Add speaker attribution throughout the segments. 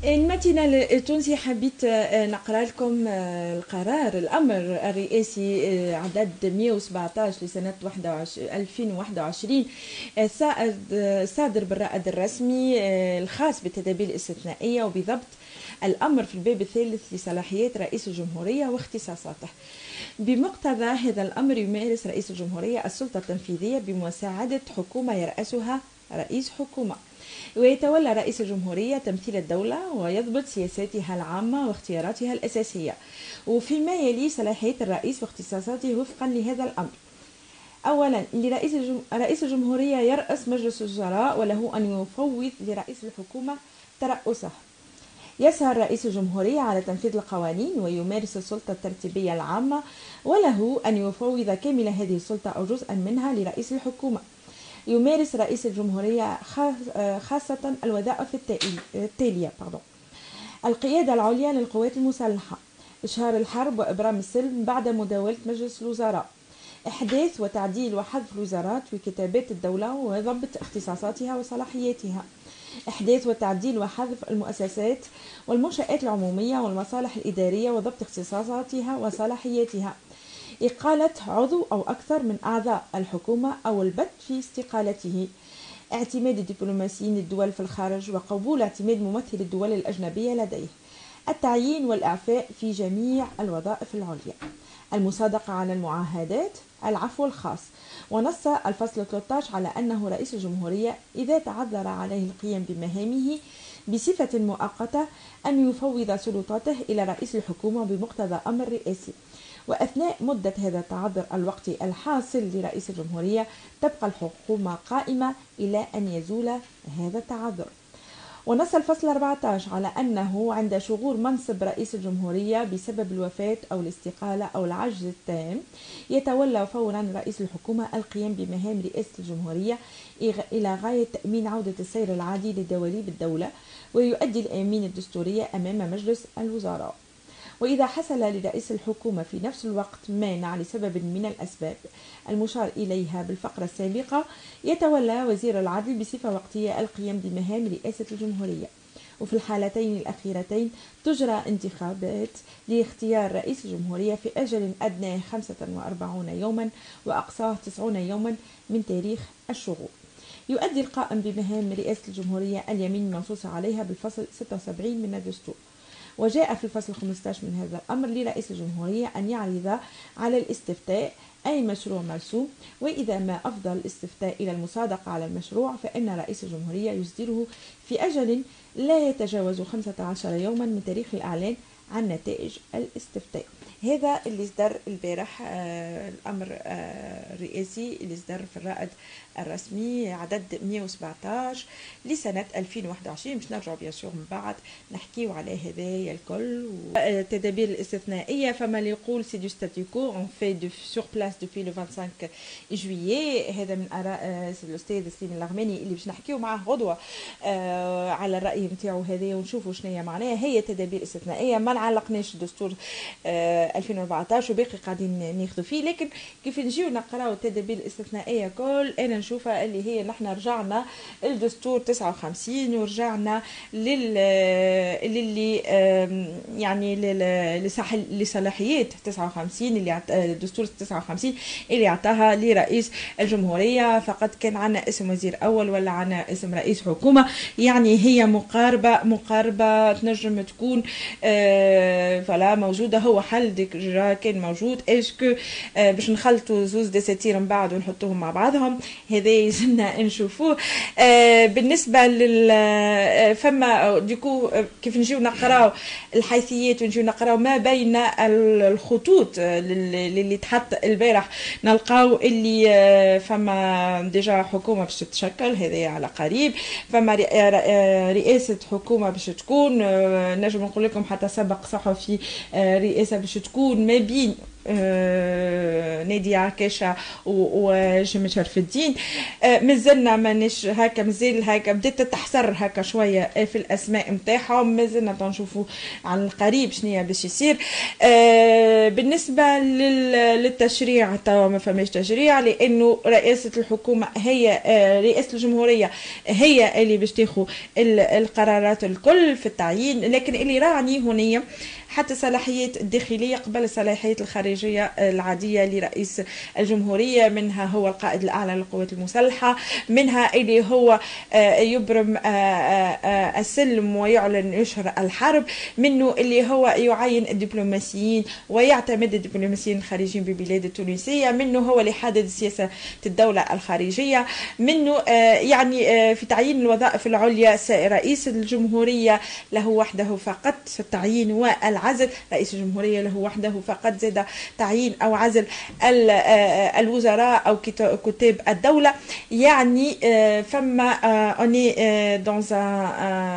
Speaker 1: المتن التونسي حبيت نقرأ لكم الأمر الرئاسي عدد 117 لسنة 2021 صادر بالرائد الرسمي الخاص بالتدابير الاستثنائية، وبضبط الأمر في الباب الثالث لصلاحيات رئيس الجمهورية واختصاصاته. بمقتضى هذا الأمر يمارس رئيس الجمهورية السلطة التنفيذية بمساعدة حكومة يرأسها رئيس حكومة، ويتولى رئيس الجمهورية تمثيل الدولة ويضبط سياساتها العامة واختياراتها الأساسية، وفيما يلي صلاحية الرئيس واختصاصاته وفقا لهذا الأمر. أولا، رئيس الجمهورية يرأس مجلس الوزراء وله أن يفوض لرئيس الحكومة ترأسه. يسهر رئيس الجمهورية على تنفيذ القوانين ويمارس السلطة الترتيبية العامة، وله أن يفوض كامل هذه السلطة أو جزءا منها لرئيس الحكومة. يمارس رئيس الجمهورية خاصة الوظائف التالية: القيادة العليا للقوات المسلحة، إشهار الحرب وإبرام السلم بعد مداولة مجلس الوزراء، إحداث وتعديل وحذف الوزارات وكتابات الدولة وضبط اختصاصاتها وصلاحياتها، إحداث وتعديل وحذف المؤسسات والمنشآت العمومية والمصالح الإدارية وضبط اختصاصاتها وصلاحياتها، إقالة عضو أو أكثر من أعضاء الحكومة أو البت في استقالته، اعتماد الدبلوماسيين الدول في الخارج وقبول اعتماد ممثل الدول الأجنبية لديه، التعيين والإعفاء في جميع الوظائف العليا، المصادقة على المعاهدات، العفو الخاص. ونص الفصل 13 على أنه رئيس الجمهورية إذا تعذر عليه القيام بمهامه بصفة مؤقتة أن يفوض سلطاته إلى رئيس الحكومة بمقتضى أمر رئاسي، وأثناء مدة هذا التعذر الوقتي الحاصل لرئيس الجمهورية تبقى الحكومة قائمة إلى أن يزول هذا التعذر. ونص الفصل 14 على أنه عند شغور منصب رئيس الجمهورية بسبب الوفاة أو الاستقالة أو العجز التام يتولى فورا رئيس الحكومة القيام بمهام رئاسة الجمهورية إلى غاية تأمين عودة السير العادي لدواليب الدولة، ويؤدي الأمين الدستورية أمام مجلس الوزراء. وإذا حصل لرئيس الحكومة في نفس الوقت مانع لسبب من الأسباب المشار إليها بالفقرة السابقة يتولى وزير العدل بصفة وقتية القيام بمهام رئاسة الجمهورية. وفي الحالتين الأخيرتين تجرى انتخابات لاختيار رئيس الجمهورية في أجل أدنى 45 يوما وأقصاه 90 يوما من تاريخ الشغور. يؤدي القائم بمهام رئاسة الجمهورية اليمين المنصوص عليها بالفصل 76 من الدستور. وجاء في الفصل 15 من هذا الأمر لرئيس الجمهورية أن يعرض على الاستفتاء أي مشروع مرسوم، وإذا ما أفضل الاستفتاء إلى المصادقة على المشروع فإن رئيس الجمهورية يصدره في أجل لا يتجاوز 15 يوما من تاريخ الإعلان عن نتائج الاستفتاء. هذا اللي اصدر البارح الأمر الرئاسي اللي اصدر في الرائد الرسمي عدد 117 لسنة 2021. باش نرجعوا بيان سور من بعد نحكيو على هذايا الكل. التدابير الاستثنائية فما اللي يقول سي دو ستاتيكو اون في سور بلاس دوبي لو 25 جويي. هذا من آراء الأستاذ سليم الأغماني اللي باش نحكيو معاه غدوة على الرأي نتاعو هذايا ونشوفوا شنو معناها. هي تدابير استثنائية ما نعلقناش الدستور 2014 وباقي قاعدين ناخذوا فيه، لكن كيف نجيو نقراو التدابير الاستثنائيه كل انا نشوفها اللي هي نحن رجعنا الدستور 59 ورجعنا للي يعني لصلاحيات 59 اللي الدستور 59 اللي اعطاها لرئيس الجمهوريه. فقد كان عنا اسم وزير اول ولا عنا اسم رئيس حكومه، يعني هي مقاربه تنجم تكون فلا موجوده. هو حل ديجا كان موجود، اسكو باش نخلطوا زوز دساتير من بعد ونحطوهم مع بعضهم، هذا يلزمنا نشوفوه. بالنسبه فما ديكو كيف نجيو نقراو الحيثيات ونجيو نقراو ما بين الخطوط اللي تحط البارح نلقاو اللي فما ديجا حكومه باش تتشكل، هذا على قريب. فما رئاسه حكومه باش تكون، نجم نقول لكم حتى سبق صحفي رئاسه باش تكون ما بين نادي عكاشة وجم شرف الدين. مازلنا مانيش هكا، مازال هكا بدات تحسر هكا شويه في الاسماء نتاعهم، مازلنا تنشوفوا على القريب شنو باش يصير. بالنسبه للتشريع توا ما فماش تشريع، لانه رئاسه الحكومه هي رئاسه الجمهوريه هي اللي باش تاخذ القرارات الكل في التعيين، لكن اللي راني هنا حتى صلاحيات الداخلية قبل الصلاحيات الخارجية العادية لرئيس الجمهورية، منها هو القائد الأعلى للقوات المسلحة، منها اللي هو يبرم السلم ويعلن يشهر الحرب، منه اللي هو يعين الدبلوماسيين ويعتمد الدبلوماسيين الخارجيين بالبلاد التونسية، منه هو اللي يحدد سياسة الدولة الخارجية، منه يعني في تعيين الوظائف العليا رئيس الجمهورية له وحده فقط في التعيين والعزل، رئيس الجمهورية له وحده فقط زاد تعيين أو عزل الوزراء أو كتاب الدولة. يعني فما on est dans un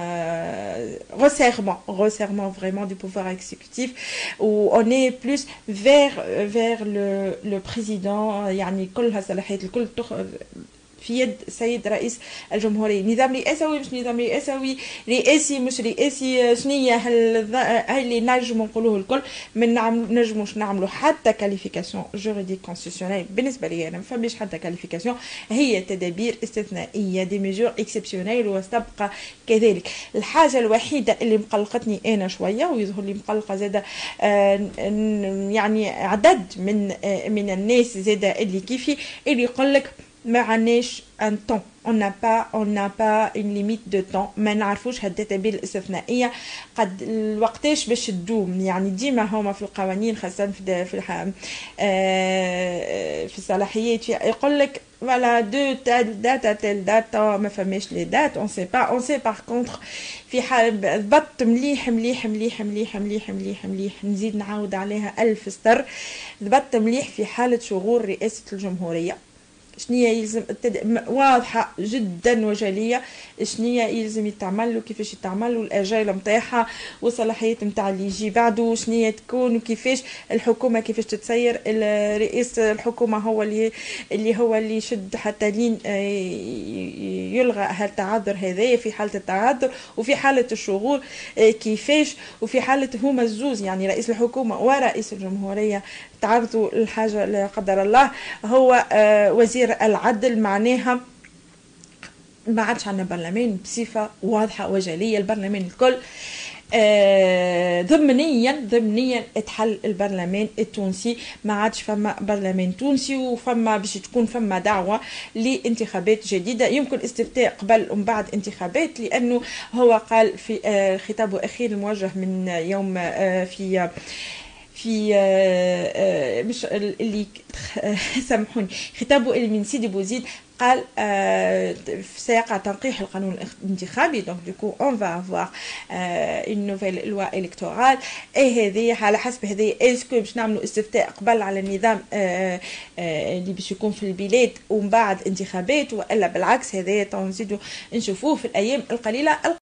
Speaker 1: resserrement vraiment du pouvoir exécutif où on est plus vers le président. يعني كلها صلاحيات الكل في يد سيد رئيس الجمهورية. نظام رئاسوي مش نظام رئاسوي، رئاسي مش رئاسي، شنية هاي اللي نجموا نقولوه الكل. من نجموش نعملوا حتى كاليفيكاسيون جوريديك كونستيتيونيل، بالنسبة لي أنا ما فماش حتى كاليفيكاسيون، هي تدابير استثنائية دي ميجور اكسبسيونيل وستبقى كذلك. الحاجة الوحيدة اللي مقلقتني أنا شوية ويظهر لي مقلقة زادة يعني عدد من الناس زادة اللي كيفي اللي يقولك ما عناش ان طون، on n'a pas une limite de temps، ما نعرفوش هالتدابير الاستثنائيه قد الوقتاش باش تدوم. يعني ديما هما في القوانين خاصه في الصلاحيات يقول لك voilà de telle date à telle date، ما فماش لي دات on sait pas. on sait par contre في حال ضبط مليح مليح مليح مليح مليح مليح مليح نزيد نعاود عليها ألف سطر، ضبط مليح في حاله شغور رئاسه الجمهوريه شنية يلزم واضحة جدا وجلية، شنية يلزم يتعمل وكيفاش يتعمل والأجال متاعها والصلاحيات متاع اللي يجي بعده شنية تكون وكيفاش الحكومة كيفاش تتسير. رئيس الحكومة هو اللي يشد حتى لين يلغى هالتعذر هذايا في حالة التعذر وفي حالة الشغور كيفاش، وفي حالة هما الزوز يعني رئيس الحكومة ورئيس الجمهورية تعرضوا الحاجة لا قدر الله هو وزير العدل، معناها ما عادش عندنا برلمان بصفة واضحة وجلية. البرلمان الكل ضمنيا اتحل البرلمان التونسي، ما عادش فما برلمان تونسي وفما باش تكون فما دعوة لانتخابات جديدة، يمكن استفتاء قبل ومن بعد انتخابات، لأنه هو قال في خطابه الأخير الموجه من يوم في مش اللي سامحوني خطابه اللي من سيدي بوزيد قال سيقع تنقيح القانون الانتخابي. دونك دوكو اون فا افوار اون نوفيل لوا الكتورال، اي هذه على حسب هذه اسكو باش نعملوا استفتاء قبل على النظام اللي باش يكون في البلاد ومن بعد انتخابات، والا بالعكس هذا تنزيدوا نشوفوه في الايام القليله